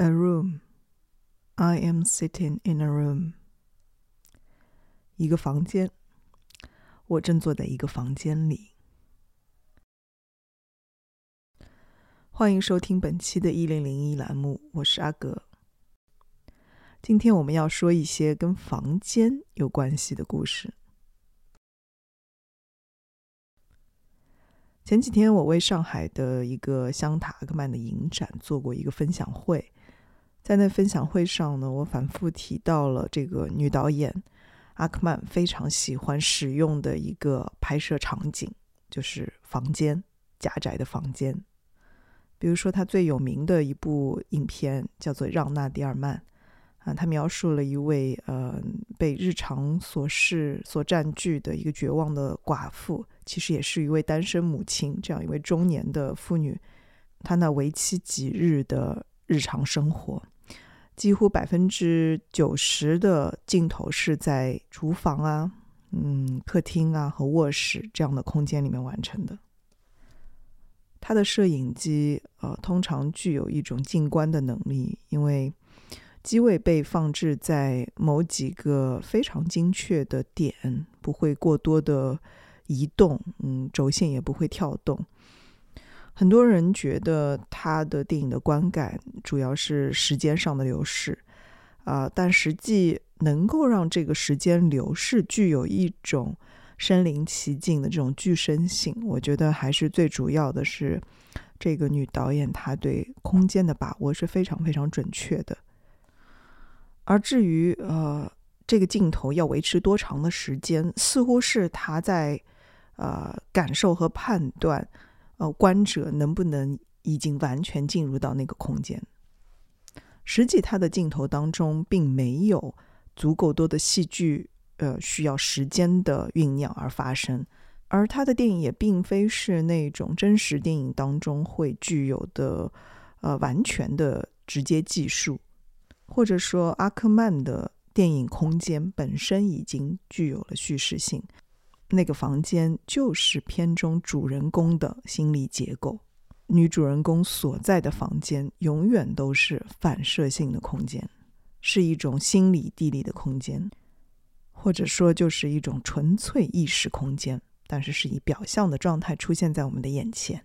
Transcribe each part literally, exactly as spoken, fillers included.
A room. I am sitting in a room. 一个房间，我正坐在一个房间里。欢迎收听本期的一零零一栏目，我是阿格。今天我们要说一些跟房间有关系的故事。前几天我为上海的一个香塔阿克曼的影展做过一个分享会，在那分享会上呢，我反复提到了这个女导演阿克曼非常喜欢使用的一个拍摄场景，就是房间，狭窄的房间。比如说她最有名的一部影片叫做《让·纳迪尔曼》啊，她描述了一位呃被日常琐事所占据的一个绝望的寡妇，其实也是一位单身母亲，这样一位中年的妇女，她那为期几日的日常生活，几乎百分之九十的镜头是在厨房啊、嗯、客厅啊和卧室这样的空间里面完成的。他的摄影机呃，通常具有一种静观的能力，因为机位被放置在某几个非常精确的点，不会过多的移动，嗯，轴线也不会跳动。很多人觉得他的电影的观感主要是时间上的流逝，呃、但实际能够让这个时间流逝具有一种身临其境的这种具身性，我觉得还是最主要的是这个女导演她对空间的把握是非常非常准确的。而至于呃这个镜头要维持多长的时间，似乎是她在呃感受和判断呃观者能不能已经完全进入到那个空间。实际她的镜头当中并没有足够多的戏剧呃，需要时间的酝酿而发生，而他的电影也并非是那种真实电影当中会具有的呃完全的直接技术，或者说阿克曼的电影空间本身已经具有了叙事性，那个房间就是片中主人公的心理结构，女主人公所在的房间永远都是反射性的空间，是一种心理地理的空间，或者说就是一种纯粹意识空间，但是是以表象的状态出现在我们的眼前。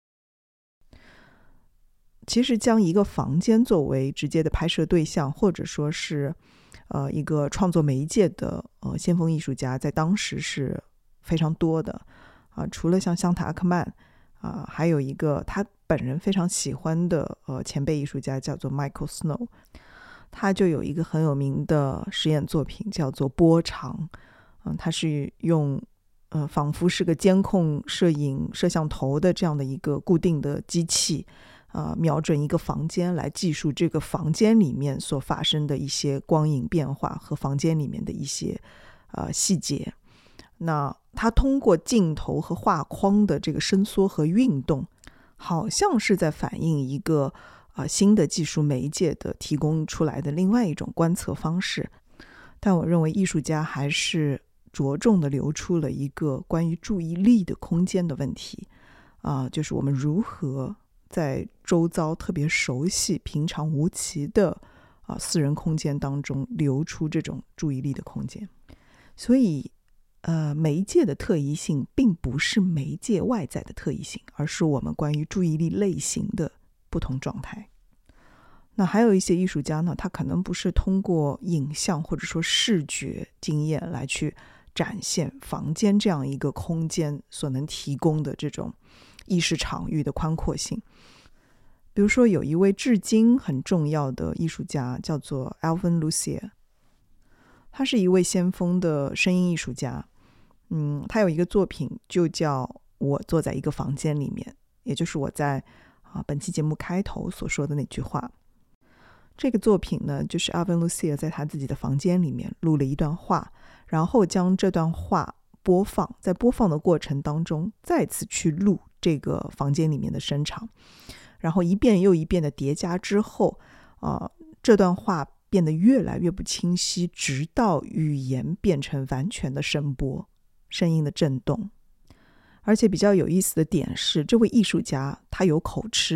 其实将一个房间作为直接的拍摄对象，或者说是呃一个创作媒介的呃先锋艺术家，在当时是非常多的啊、呃。除了像香塔阿克曼啊、呃，还有一个他本人非常喜欢的呃前辈艺术家叫做 Michael Snow。他就有一个很有名的实验作品叫做波长，嗯，他是用呃仿佛是个监控摄影摄像头的这样的一个固定的机器，呃，瞄准一个房间来记述这个房间里面所发生的一些光影变化和房间里面的一些呃细节。那他通过镜头和画框的这个伸缩和运动，好像是在反映一个呃、新的技术媒介的提供出来的另外一种观测方式，但我认为艺术家还是着重的留出了一个关于注意力的空间的问题啊、呃，就是我们如何在周遭特别熟悉平常无奇的啊、呃、私人空间当中留出这种注意力的空间。所以呃，媒介的特异性并不是媒介外在的特异性，而是我们关于注意力类型的不同状态。那还有一些艺术家呢，他可能不是通过影像或者说视觉经验来去展现房间这样一个空间所能提供的这种意识场域的宽阔性。比如说有一位至今很重要的艺术家叫做 Alvin Lucier， 他是一位先锋的声音艺术家。嗯，他有一个作品就叫我坐在一个房间里面，也就是我在啊，本期节目开头所说的那句话。这个作品呢，就是 Alvin Lucier 在他自己的房间里面录了一段话，然后将这段话播放，在播放的过程当中再次去录这个房间里面的声场，然后一遍又一遍的叠加之后、呃、这段话变得越来越不清晰，直到语言变成完全的声波，声音的震动。而且比较有意思的点是，这位艺术家他有口吃，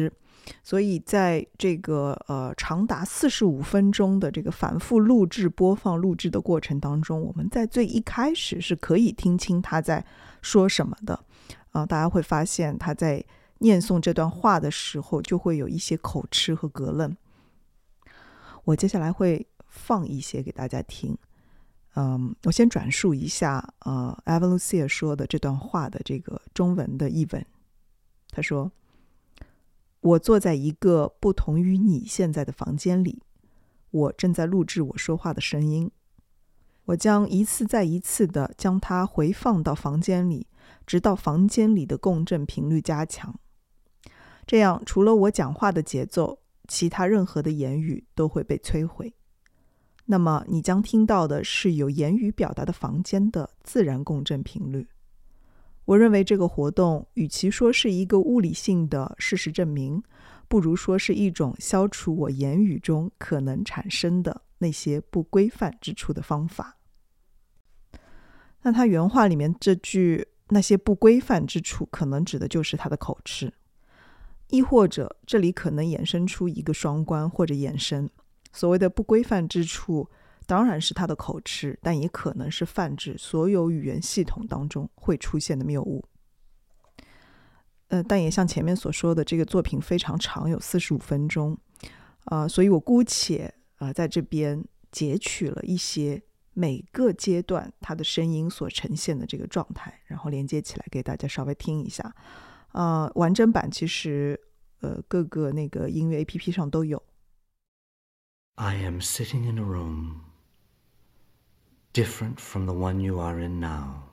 所以在这个呃长达四十五分钟的这个反复录制、播放、录制的过程当中，我们在最一开始是可以听清他在说什么的啊、呃，大家会发现他在念诵这段话的时候就会有一些口吃和格愣。我接下来会放一些给大家听。嗯，我先转述一下呃 Eva Lucia 说的这段话的这个中文的译文。他说，我坐在一个不同于你现在的房间里，我正在录制我说话的声音，我将一次再一次地将它回放到房间里，直到房间里的共振频率加强。这样除了我讲话的节奏，其他任何的言语都会被摧毁。那么你将听到的是有言语表达的房间的自然共振频率。我认为这个活动与其说是一个物理性的事实证明，不如说是一种消除我言语中可能产生的那些不规范之处的方法。那他原话里面这句那些不规范之处可能指的就是他的口吃，亦或者这里可能衍生出一个双关或者衍生，所谓的不规范之处当然是他的口吃，但也可能是泛指所有语言系统当中会出现的谬误。呃，但也像前面所说的，这个作品非常长，有四十五分钟，呃，所以我姑且呃在这边截取了一些每个阶段它的声音所呈现的这个状态，然后连接起来给大家稍微听一下。呃，完整版其实呃各个那个音乐 A P P 上都有。 I am sitting in a room different from the one you are in now.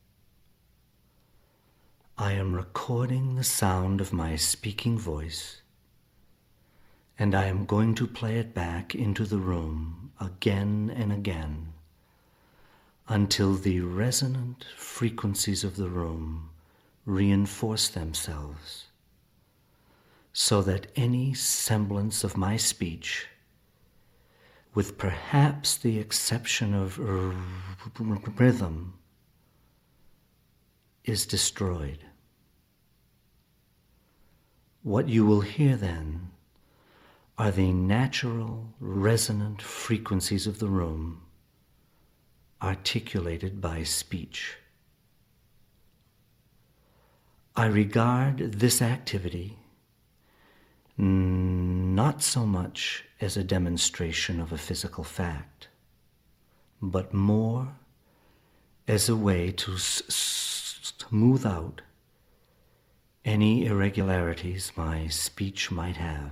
I am recording the sound of my speaking voice, and I am going to play it back into the room again and again until the resonant frequencies of the room reinforce themselves, so that any semblance of my speech, with perhaps the exception of r- r- rhythm, is destroyed. What you will hear then are the natural resonant frequencies of the room articulated by speech. I regard this activity not so much as a demonstration of a physical fact, but more as a way to s- smooth out any irregularities my speech might have.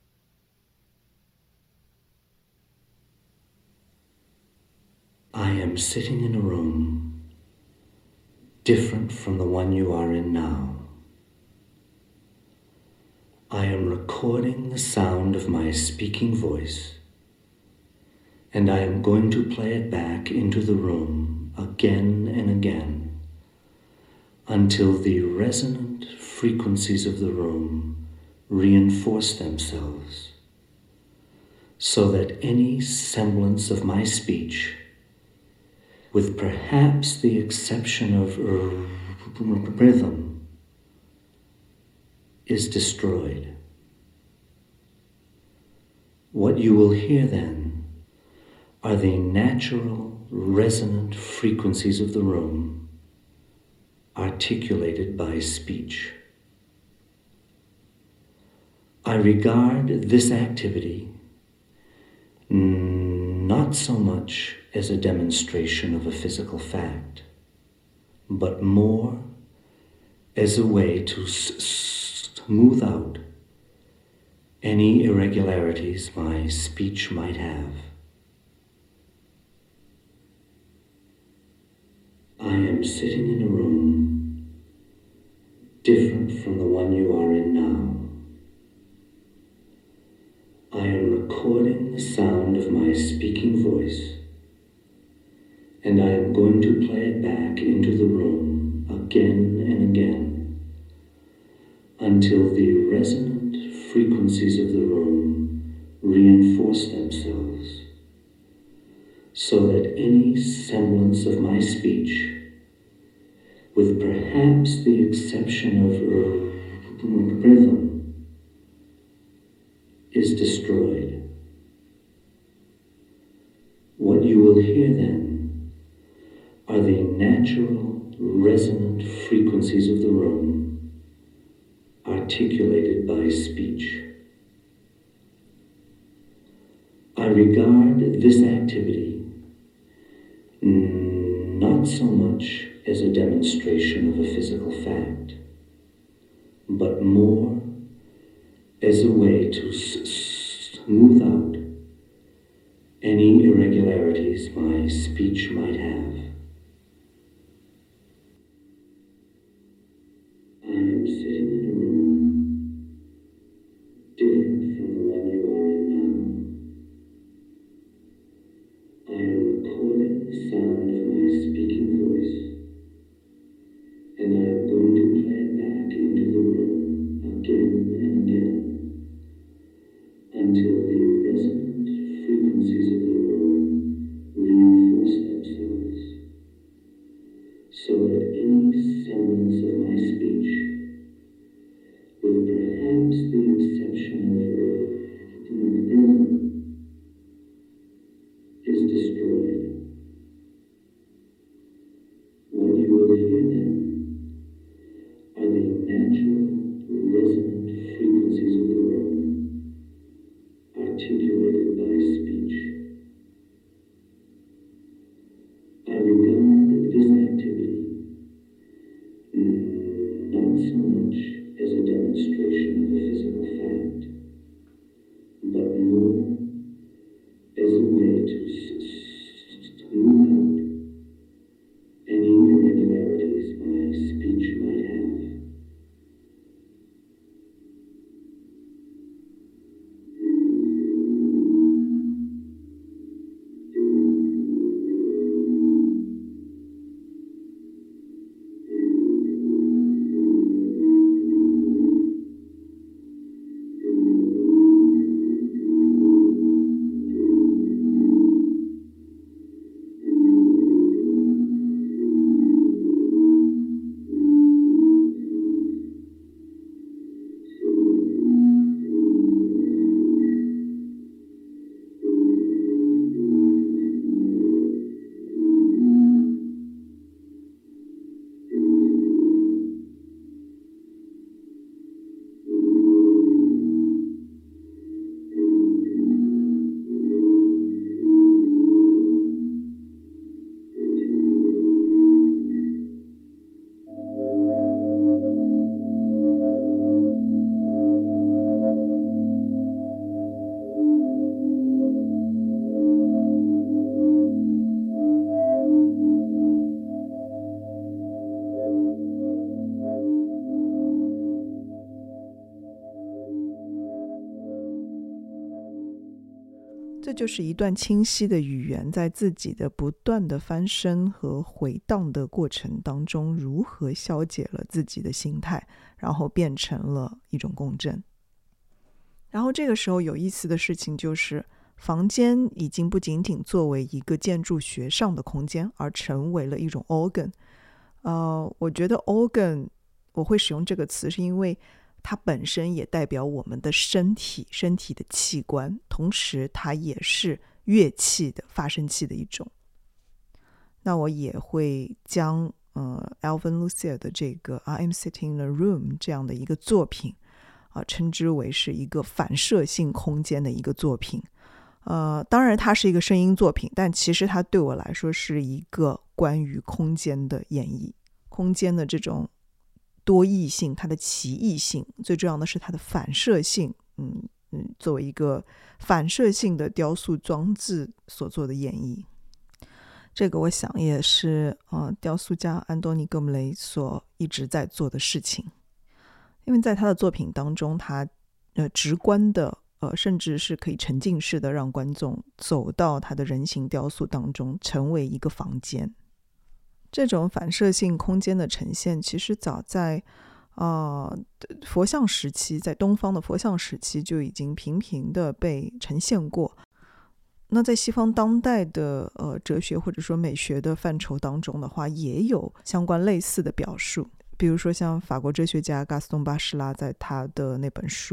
I am sitting in a room different from the one you are in now. I am recording the sound of my speaking voice, and I am going to play it back into the room again and again until the resonant frequencies of the room reinforce themselves, so that any semblance of my speech, with perhaps the exception of r- rhythm, is destroyed. What you will hear then are the natural resonant frequencies of the room articulated by speech. I regard this activity not so much as a demonstration of a physical fact, but more as a way to s- smooth out any irregularities my speech might have. I am sitting in a room different from the one you are in now. I am recording the sound of my speaking voice, and I am going to play it back into the room again and again until the resonant frequencies of the room reinforce themselves, so that any semblance of my speech, with perhaps the exception of r- rhythm, is destroyed. What you will hear then are the natural, resonant frequencies of the room, articulated by speech. I regard this activity not so much as a demonstration of a physical fact, but more as a way to s- smooth out any irregularities my speech might have. I am sitting in a room different from the one you are in now. I am recording the sound of my speaking voice, and I am going to play it back into the room again and again until the resonant frequencies of the room reinforce themselves, so that any semblance of my speech, with perhaps the exception of rhythm, is destroyed. What you will hear then are the natural, resonant frequencies of the room, articulated by speech. I regard this activity not so much as a demonstration of a physical fact, but more as a way to smooth out any irregularities my speech might have. 这就是一段清晰的语言在自己的不断的翻身和回荡的过程当中，如何消解了自己的心态，然后变成了一种共振。然后这个时候有意思的事情就是，房间已经不仅仅作为一个建筑学上的空间，而成为了一种 organ。呃，我觉得 organ 我会使用这个词是因为它本身也代表我们的身体身体的器官，同时它也是乐器的发声器的一种。那我也会将呃 Alvin Lucier 的这个 I'm Sitting in a Room 这样的一个作品啊、呃，称之为是一个反射性空间的一个作品。呃，当然它是一个声音作品，但其实它对我来说是一个关于空间的演绎，空间的这种多义性，它的奇异性，最重要的是它的反射性。嗯嗯，作为一个反射性的雕塑装置所做的演绎，这个我想也是呃雕塑家安东尼·戈姆雷所一直在做的事情。因为在他的作品当中，他呃直观的呃甚至是可以沉浸式的让观众走到他的人形雕塑当中，成为一个房间。这种反射性空间的呈现，其实早在呃佛像时期，在东方的佛像时期就已经频频的被呈现过。那在西方当代的呃哲学或者说美学的范畴当中的话，也有相关类似的表述。比如说像法国哲学家嘎斯东巴士拉在他的那本书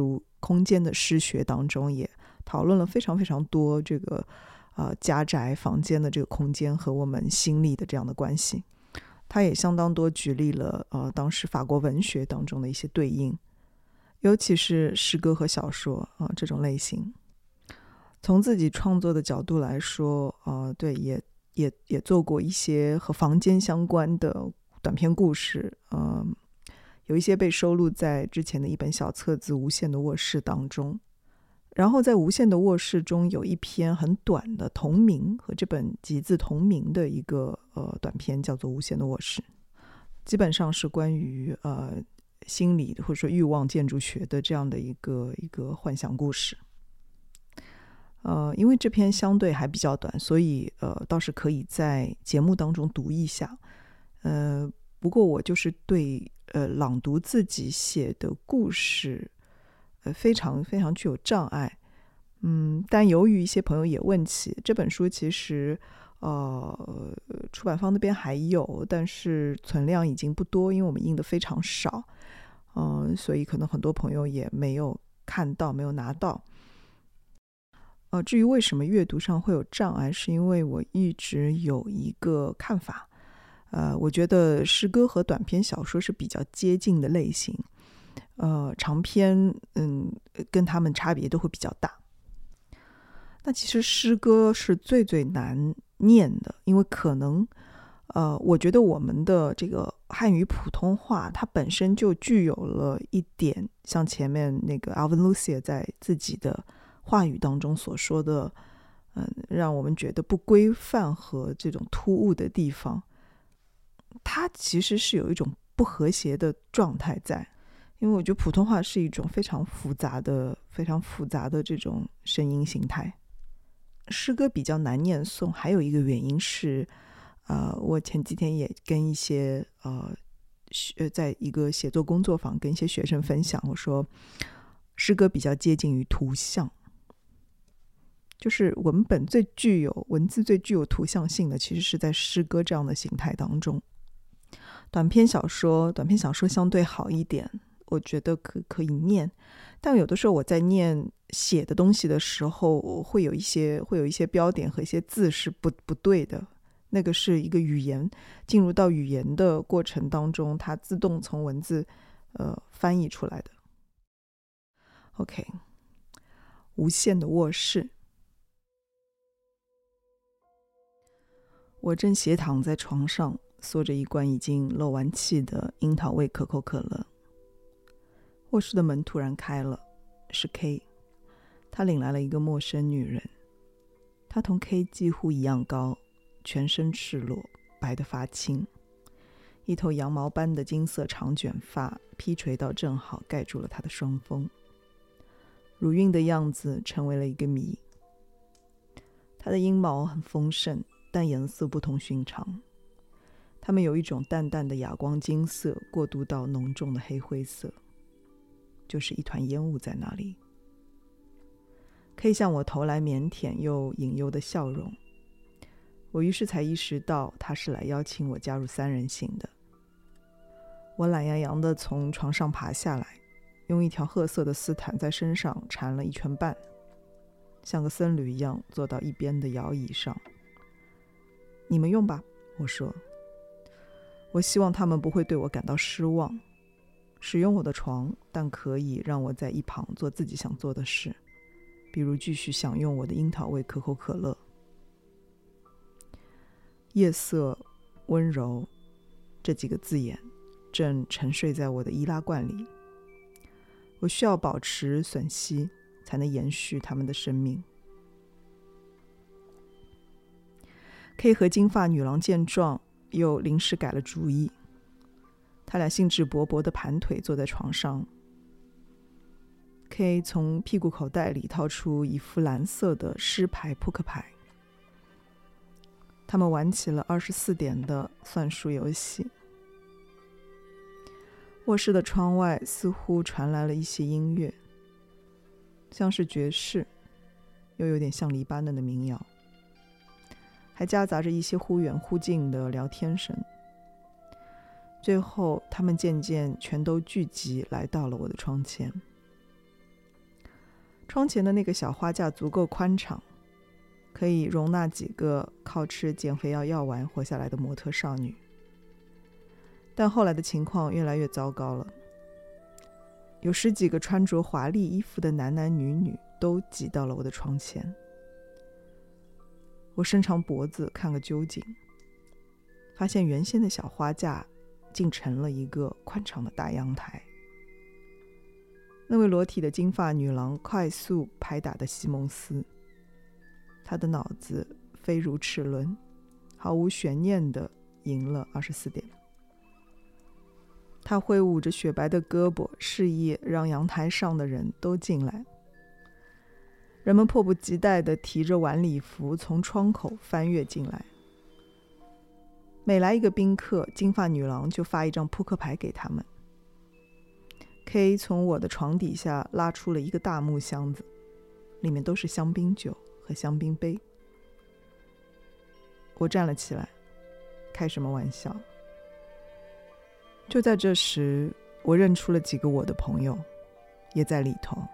空间的诗学当中，也讨论了非常非常多这个呃家宅房间的这个空间和我们心力的这样的关系。他也相当多举例了呃当时法国文学当中的一些对应，尤其是诗歌和小说啊、呃、这种类型。从自己创作的角度来说，呃对也也也做过一些和房间相关的短篇故事，呃有一些被收录在之前的一本小册子《无限的卧室》当中。然后在《无限的卧室》中有一篇很短的同名和这本集子同名的一个呃短篇，叫做《无限的卧室》，基本上是关于呃心理或者说欲望建筑学的这样的一个一个幻想故事。呃，因为这篇相对还比较短，所以呃倒是可以在节目当中读一下。呃，不过我就是对呃朗读自己写的故事呃非常非常具有障碍。嗯，但由于一些朋友也问起这本书，其实呃出版方那边还有，但是存量已经不多，因为我们印的非常少，嗯、呃，所以可能很多朋友也没有看到，没有拿到。呃，至于为什么阅读上会有障碍，是因为我一直有一个看法，呃，我觉得诗歌和短篇小说是比较接近的类型，呃，长篇嗯跟他们差别都会比较大。那其实诗歌是最最难念的，因为可能呃，我觉得我们的这个汉语普通话它本身就具有了一点像前面那个 Alvin Lucier 在自己的话语当中所说的嗯，让我们觉得不规范和这种突兀的地方，它其实是有一种不和谐的状态在。因为我觉得普通话是一种非常复杂的非常复杂的这种声音形态。诗歌比较难念诵，还有一个原因是呃，我前几天也跟一些呃在一个写作工作坊跟一些学生分享，我说诗歌比较接近于图像，就是文本最具有文字最具有图像性的其实是在诗歌这样的形态当中。短篇小说短篇小说相对好一点，我觉得可可以念，但有的时候我在念写的东西的时候会有一些会有一些标点和一些字是不不对的，那个是一个语言进入到语言的过程当中，它自动从文字呃翻译出来的。 OK， 无限的卧室。我正斜躺在床上，嗦着一罐已经漏完气的樱桃味可口可乐。卧室的门突然开了，是 K， 他领来了一个陌生女人。她同 K 几乎一样高，全身赤裸，白得发青，一头羊毛般的金色长卷发披垂到正好盖住了她的双峰，乳晕的样子成为了一个谜。她的阴毛很丰盛，但颜色不同寻常，它们有一种淡淡的哑光金色过渡到浓重的黑灰色，就是一团烟雾在那里。可以向我投来腼腆又隐忧的笑容，我于是才意识到他是来邀请我加入三人行的。我懒洋洋地从床上爬下来，用一条褐色的丝毯在身上缠了一圈半，像个僧侣一样坐到一边的摇椅上。你们用吧，我说。我希望他们不会对我感到失望，使用我的床，但可以让我在一旁做自己想做的事，比如继续享用我的樱桃味可口可乐。夜色、温柔，这几个字眼正沉睡在我的易拉罐里。我需要保持吮吸，才能延续他们的生命。K 和金发女郎见状，又临时改了主意。他俩兴致勃勃地盘腿坐在床上。K 从屁股口袋里掏出一副蓝色的狮牌扑克牌，他们玩起了二十四点的算术游戏。卧室的窗外似乎传来了一些音乐，像是爵士，又有点像黎巴嫩的民谣，还夹杂着一些忽远忽近的聊天声。最后他们渐渐全都聚集来到了我的窗前。 窗前的那个小花架足够宽敞，可以容纳几个靠吃减肥药药丸活下来的模特少女。但后来的情况越来越糟糕了，有十几个穿着华丽衣服的男男女女都挤到了我的窗前。我伸长脖子看个究竟，发现原先的小花架竟成了一个宽敞的大阳台。那位裸体的金发女郎快速拍打的西蒙斯，她的脑子飞如齿轮，毫无悬念地赢了二十四点。她挥舞着雪白的胳膊，示意让阳台上的人都进来。人们迫不及待地提着晚礼服从窗口翻越进来。每来一个宾客，金发女郎就发一张扑克牌给他们。K 从我的床底下拉出了一个大木箱子，里面都是香槟酒和香槟杯。我站了起来，开什么玩笑？就在这时，我认出了几个我的朋友，也在里头。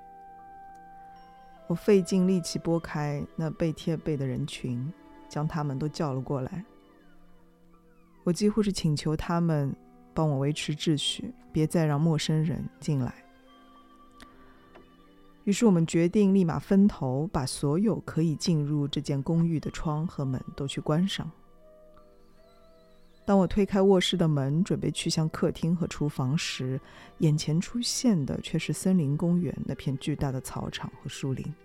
我费尽力气拨开那背贴背的人群，将他们都叫了过来。我几乎是请求他们帮我维持秩序，别再让陌生人进来。于是我们决定立马分头把所有可以进入这间公寓的窗和门都去关上。当我推开卧室的门，准备去向客厅和厨房时，眼前出现的却是森林公园那片巨大的草场和树林。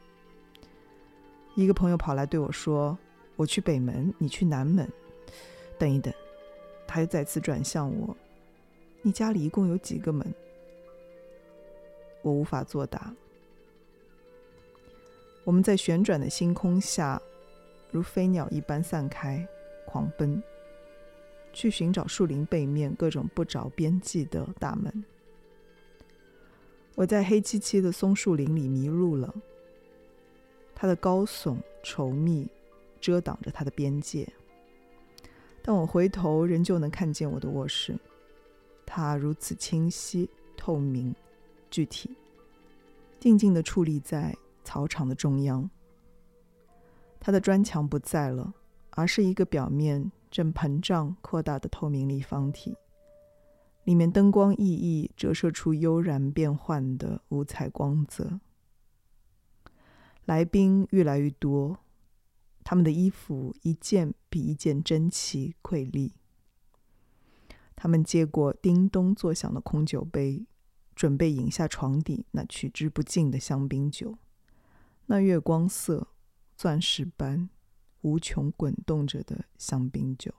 一个朋友跑来对我说：“我去北门，你去南门。”等一等，他又再次转向我：“你家里一共有几个门？”我无法作答。我们在旋转的星空下，如飞鸟一般散开，狂奔，去寻找树林背面各种不着边际的大门。我在黑漆漆的松树林里迷路了，它的高耸稠密遮挡着它的边界。但我回头仍旧能看见我的卧室，它如此清晰、透明、具体，静静地矗立在草场的中央。它的砖墙不在了，而是一个表面正膨胀扩大的透明立方体，里面灯光熠熠，折射出悠然变幻的五彩光泽。来宾越来越多，他们的衣服一件比一件珍奇瑰丽。他们接过叮咚作响的空酒杯，准备饮下床底那取之不尽的香槟酒，那月光色、钻石般无穷滚动着的香槟酒。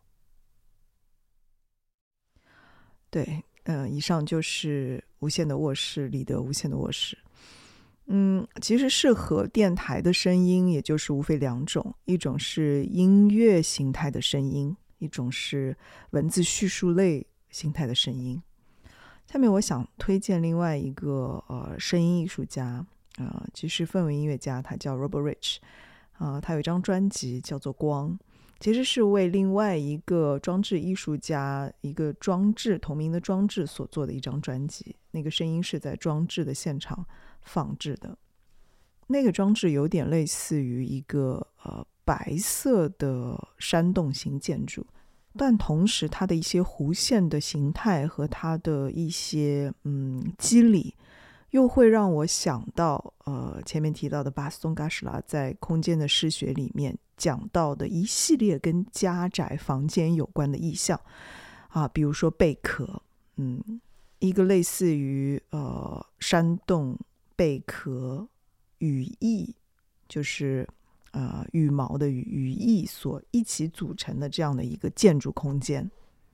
对，呃，以上就是无限的卧室里的无限的卧室。嗯，其实适合电台的声音也就是无非两种，一种是音乐形态的声音，一种是文字叙述类形态的声音。下面我想推荐另外一个呃声音艺术家，呃，其实氛围音乐家，他叫 Robert Rich， 呃，他有一张专辑叫做《光》，其实是为另外一个装置艺术家一个装置同名的装置所做的一张专辑，那个声音是在装置的现场放置的。那个装置有点类似于一个呃白色的山洞型建筑，但同时它的一些弧线的形态和它的一些嗯肌理，又会让我想到呃前面提到的巴斯通嘎什拉在空间的视觉里面讲到的一系列跟家宅房间有关的意象啊，比如说贝壳，嗯，一个类似于呃山洞、贝壳、羽翼，就是呃羽毛的羽羽翼所一起组成的这样的一个建筑空间。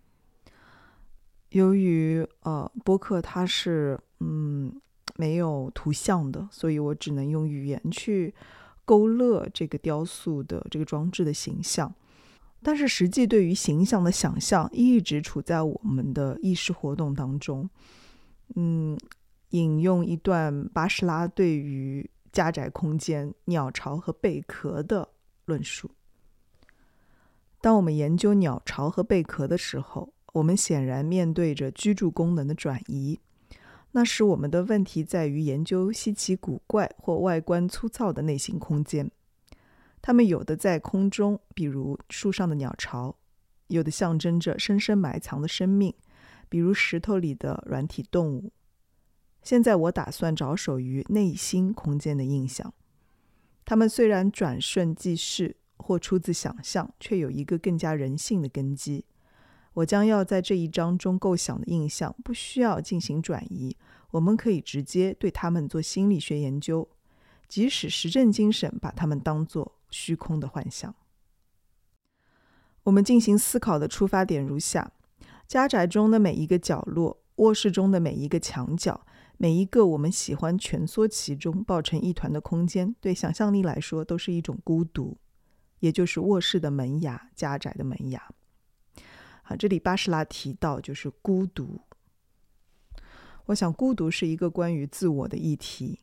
由于呃播客它是嗯没有图像的，所以我只能用语言去勾勒这个雕塑的这个装置的形象，但是实际对于形象的想象一直处在我们的意识活动当中。嗯，引用一段巴什拉对于家宅空间、鸟巢和贝壳的论述。当我们研究鸟巢和贝壳的时候，我们显然面对着居住功能的转移。 那时我们的问题在于研究稀奇古怪或外观粗糙的内心空间。它们有的在空中，比如树上的鸟巢；有的象征着深深埋藏的生命，比如石头里的软体动物。现在我打算着手于内心空间的印象。它们虽然转瞬即逝或出自想象，却有一个更加人性的根基。我将要在这一章中构想的印象不需要进行转移，我们可以直接对它们做心理学研究，即使实证精神把它们当作虚空的幻象。我们进行思考的出发点如下：家宅中的每一个角落，卧室中的每一个墙角，每一个我们喜欢蜷缩其中抱成一团的空间，对想象力来说都是一种孤独，也就是卧室的门牙，家宅的门牙。好，这里巴士拉提到就是孤独。我想孤独是一个关于自我的议题，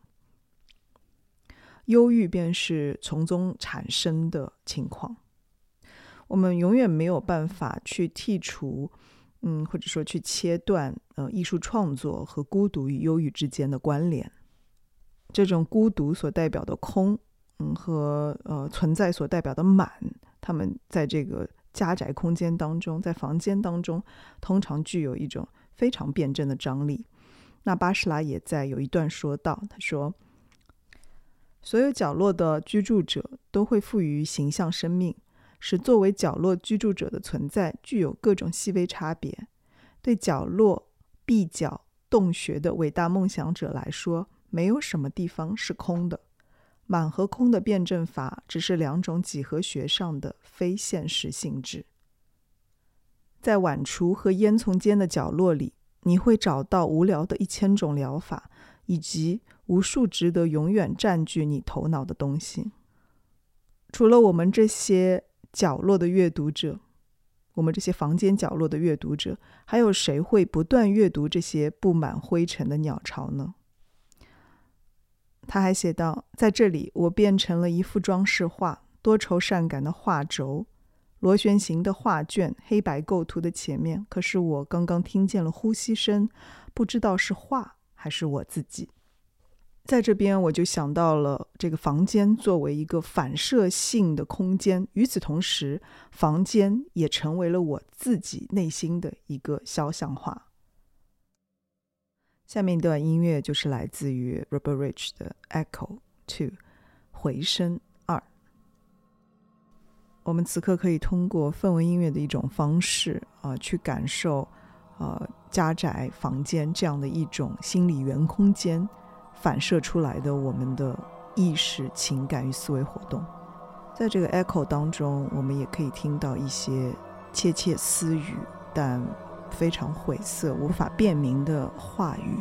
忧郁便是从中产生的情况。我们永远没有办法去剔除嗯，或者说去切断呃艺术创作和孤独与忧郁之间的关联。这种孤独所代表的空，嗯，和呃存在所代表的满，他们在这个家宅空间当中，在房间当中，通常具有一种非常辩证的张力。那巴士拉也在有一段说到，他说，所有角落的居住者都会赋予形象生命，使作为角落居住者的存在具有各种细微差别。对角落、壁角、洞穴的伟大梦想者来说，没有什么地方是空的。满和空的辩证法只是两种几何学上的非现实性质。在碗橱和烟囱间的角落里，你会找到无聊的一千种疗法，以及无数值得永远占据你头脑的东西。除了我们这些角落的阅读者，我们这些房间角落的阅读者，还有谁会不断阅读这些布满灰尘的鸟巢呢？他还写道，在这里我变成了一幅装饰画，多愁善感的画轴，螺旋形的画卷，黑白构图的前面，可是我刚刚听见了呼吸声，不知道是画还是我自己。在这边我就想到了这个房间作为一个反射性的空间，与此同时，房间也成为了我自己内心的一个肖像画。下面一段音乐就是来自于 Robert Rich 的 Echo 二 回声二。我们此刻可以通过氛围音乐的一种方式、呃、去感受、呃、家宅房间这样的一种心理原空间反射出来的我们的意识、情感与思维活动。在这个 Echo 当中，我们也可以听到一些窃窃私语，但非常晦涩、无法辨明的话语。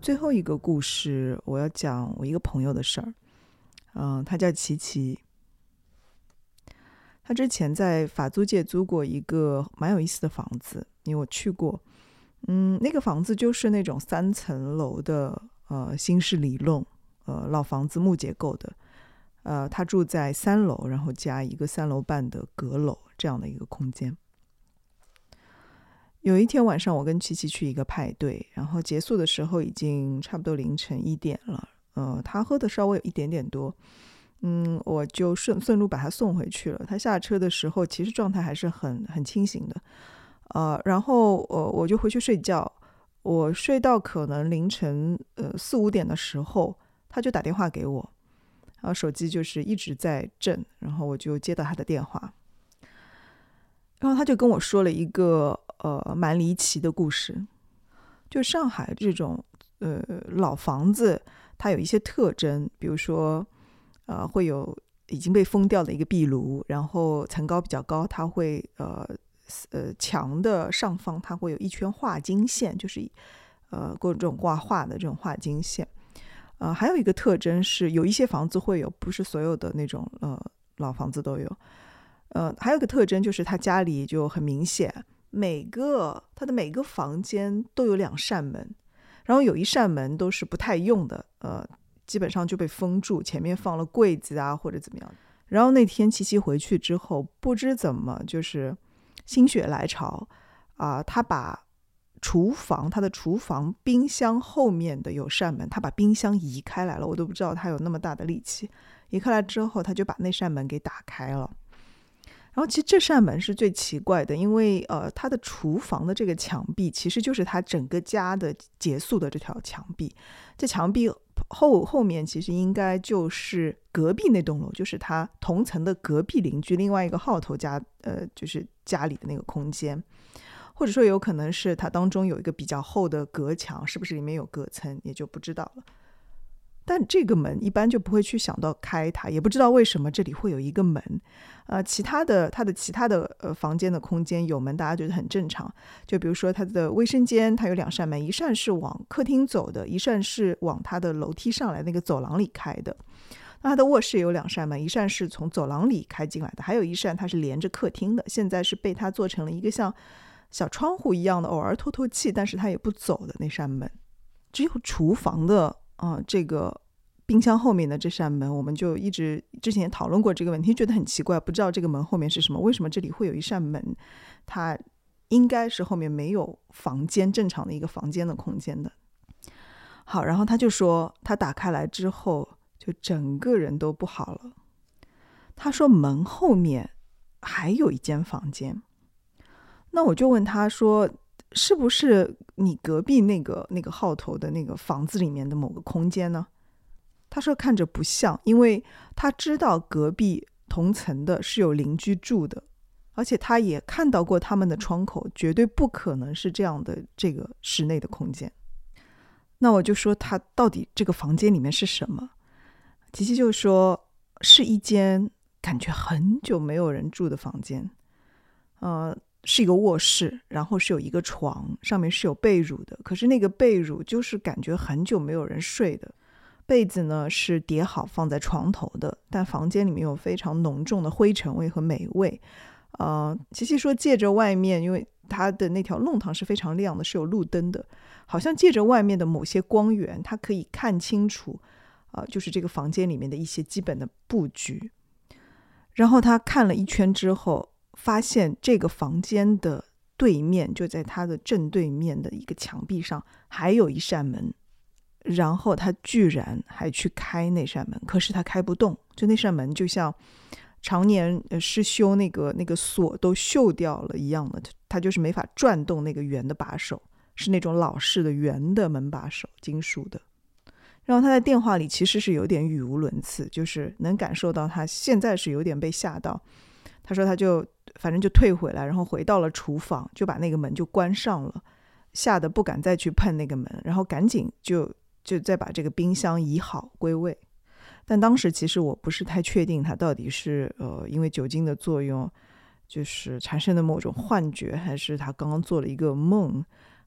最后一个故事，我要讲我一个朋友的事儿。嗯，他叫琪琪。他之前在法租界租过一个蛮有意思的房子，因为我去过。嗯，那个房子就是那种三层楼的呃新式里弄，呃老房子木结构的。呃，他住在三楼，然后加一个三楼半的阁楼这样的一个空间。有一天晚上，我跟琪琪去一个派对，然后结束的时候已经差不多凌晨一点了。呃，他喝的稍微有一点点多。嗯，我就顺顺路把他送回去了。他下车的时候，其实状态还是很很清醒的。呃，然后呃我就回去睡觉。我睡到可能凌晨呃四五点的时候，他就打电话给我，然后手机就是一直在震，然后我就接到他的电话，然后他就跟我说了一个呃蛮离奇的故事。就上海这种呃老房子，它有一些特征，比如说。呃，会有已经被封掉的一个壁炉，然后层高比较高，它会呃呃墙的上方它会有一圈画金线，就是呃各种挂画的这种画金线。呃，还有一个特征是，有一些房子会有，不是所有的那种呃老房子都有。呃，还有一个特征就是他家里就很明显，每个他的每个房间都有两扇门，然后有一扇门都是不太用的，呃。基本上就被封住，前面放了柜子啊或者怎么样。然后那天琪琪回去之后，不知怎么就是心血来潮啊、呃，他把厨房他的厨房冰箱后面的有扇门，他把冰箱移开来了，我都不知道他有那么大的力气。移开来之后，他就把那扇门给打开了。然后其实这扇门是最奇怪的，因为呃，他的厨房的这个墙壁其实就是他整个家的结束的这条墙壁。这墙壁后后面其实应该就是隔壁那栋楼，就是他同层的隔壁邻居另外一个号头家，呃，就是家里的那个空间，或者说有可能是它当中有一个比较厚的隔墙，是不是里面有隔层也就不知道了。但这个门一般就不会去想到开它，也不知道为什么这里会有一个门。呃，其他的它的其他的呃房间的空间有门，大家觉得很正常。就比如说它的卫生间，它有两扇门，一扇是往客厅走的，一扇是往它的楼梯上来那个走廊里开的。那它的卧室也有两扇门，一扇是从走廊里开进来的，还有一扇它是连着客厅的，现在是被它做成了一个像小窗户一样的，偶尔透透气，但是它也不走的那扇门。只有厨房的啊、呃，这个冰箱后面的这扇门，我们就一直之前也讨论过这个问题，觉得很奇怪，不知道这个门后面是什么，为什么这里会有一扇门？它应该是后面没有房间，正常的一个房间的空间的。好，然后他就说，他打开来之后，就整个人都不好了。他说门后面还有一间房间。那我就问他说，是不是你隔壁那个那个号头的那个房子里面的某个空间呢？他说看着不像，因为他知道隔壁同层的是有邻居住的，而且他也看到过他们的窗口，绝对不可能是这样的这个室内的空间。那我就说他到底这个房间里面是什么？琪琪就说是一间感觉很久没有人住的房间，呃，是一个卧室，然后是有一个床，上面是有被褥的，可是那个被褥就是感觉很久没有人睡的。被子呢是叠好放在床头的，但房间里面有非常浓重的灰尘味和霉味。呃，琪琪说借着外面，因为它的那条弄堂是非常亮的，是有路灯的，好像借着外面的某些光源，它可以看清楚，呃，就是这个房间里面的一些基本的布局。然后他看了一圈之后，发现这个房间的对面，就在他的正对面的一个墙壁上，还有一扇门。然后他居然还去开那扇门，可是他开不动，就那扇门就像常年失修，那个那个锁都锈掉了一样的，他就是没法转动那个圆的把手，是那种老式的圆的门把手，金属的。然后他在电话里其实是有点语无伦次，就是能感受到他现在是有点被吓到。他说他就反正就退回来，然后回到了厨房，就把那个门就关上了，吓得不敢再去碰那个门，然后赶紧就就再把这个冰箱移好归位。但当时其实我不是太确定他到底是呃因为酒精的作用就是产生的某种幻觉，还是他刚刚做了一个梦，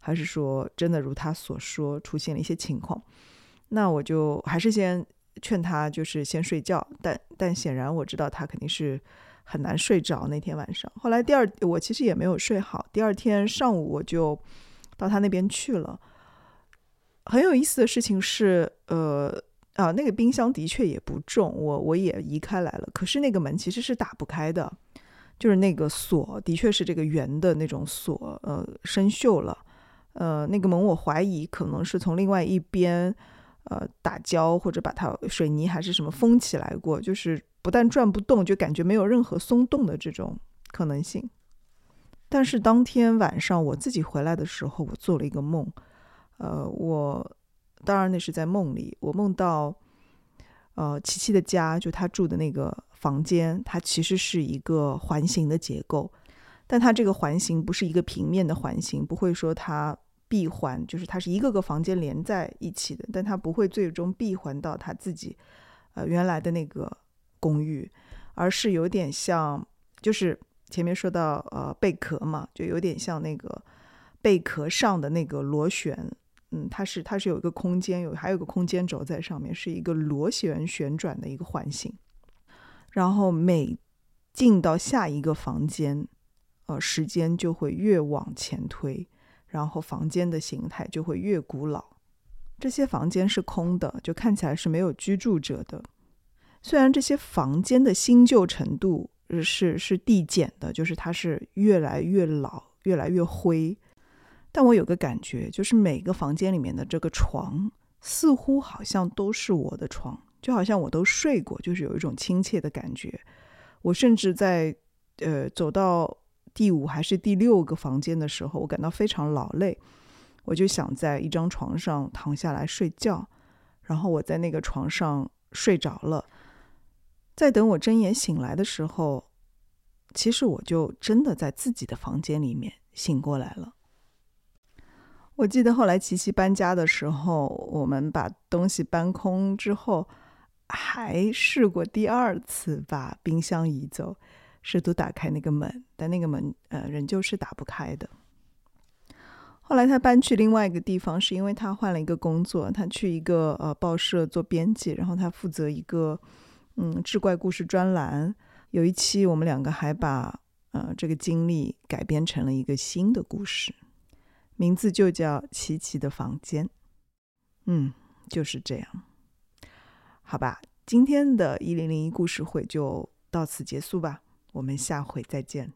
还是说真的如他所说出现了一些情况。那我就还是先劝他就是先睡觉，但但显然我知道他肯定是很难睡着那天晚上。后来第二我其实也没有睡好，第二天上午我就到他那边去了。很有意思的事情是呃啊，那个冰箱的确也不重，我我也移开来了，可是那个门其实是打不开的，就是那个锁的确是这个圆的那种锁呃生锈了。呃那个门我怀疑可能是从另外一边呃，打胶或者把它水泥还是什么封起来过，就是不但转不动，就感觉没有任何松动的这种可能性。但是当天晚上我自己回来的时候，我做了一个梦，呃，我当然那是在梦里，我梦到呃琪琪的家，就他住的那个房间，它其实是一个环形的结构，但它这个环形不是一个平面的环形，不会说它闭环，就是它是一个个房间连在一起的，但它不会最终闭环到它自己呃原来的那个公寓，而是有点像，就是前面说到呃贝壳嘛，就有点像那个贝壳上的那个螺旋，嗯，它是它是有一个空间，有还有一个空间轴在上面，是一个螺旋旋转的一个环形。然后每进到下一个房间，呃，时间就会越往前推。然后房间的形态就会越古老。这些房间是空的，就看起来是没有居住者的。虽然这些房间的新旧程度是是递减的，就是它是越来越老，越来越灰，但我有个感觉，就是每个房间里面的这个床似乎好像都是我的床，就好像我都睡过，就是有一种亲切的感觉。我甚至在呃走到第五还是第六个房间的时候，我感到非常劳累，我就想在一张床上躺下来睡觉，然后我在那个床上睡着了。在等我睁眼醒来的时候，其实我就真的在自己的房间里面醒过来了。我记得后来琪琪搬家的时候，我们把东西搬空之后，还试过第二次把冰箱移走，试图打开那个门，但那个门呃仍旧是打不开的。后来他搬去另外一个地方，是因为他换了一个工作，他去一个呃报社做编辑，然后他负责一个嗯志怪故事专栏。有一期我们两个还把呃这个经历改编成了一个新的故事，名字就叫琪琪的房间。嗯，就是这样。好吧，今天的一零零一故事会就到此结束吧，我们下回再见。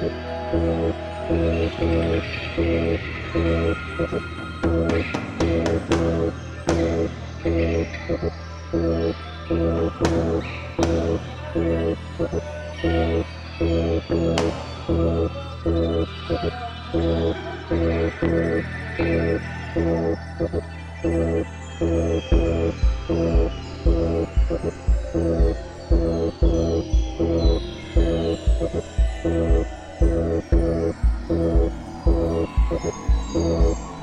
Thank you.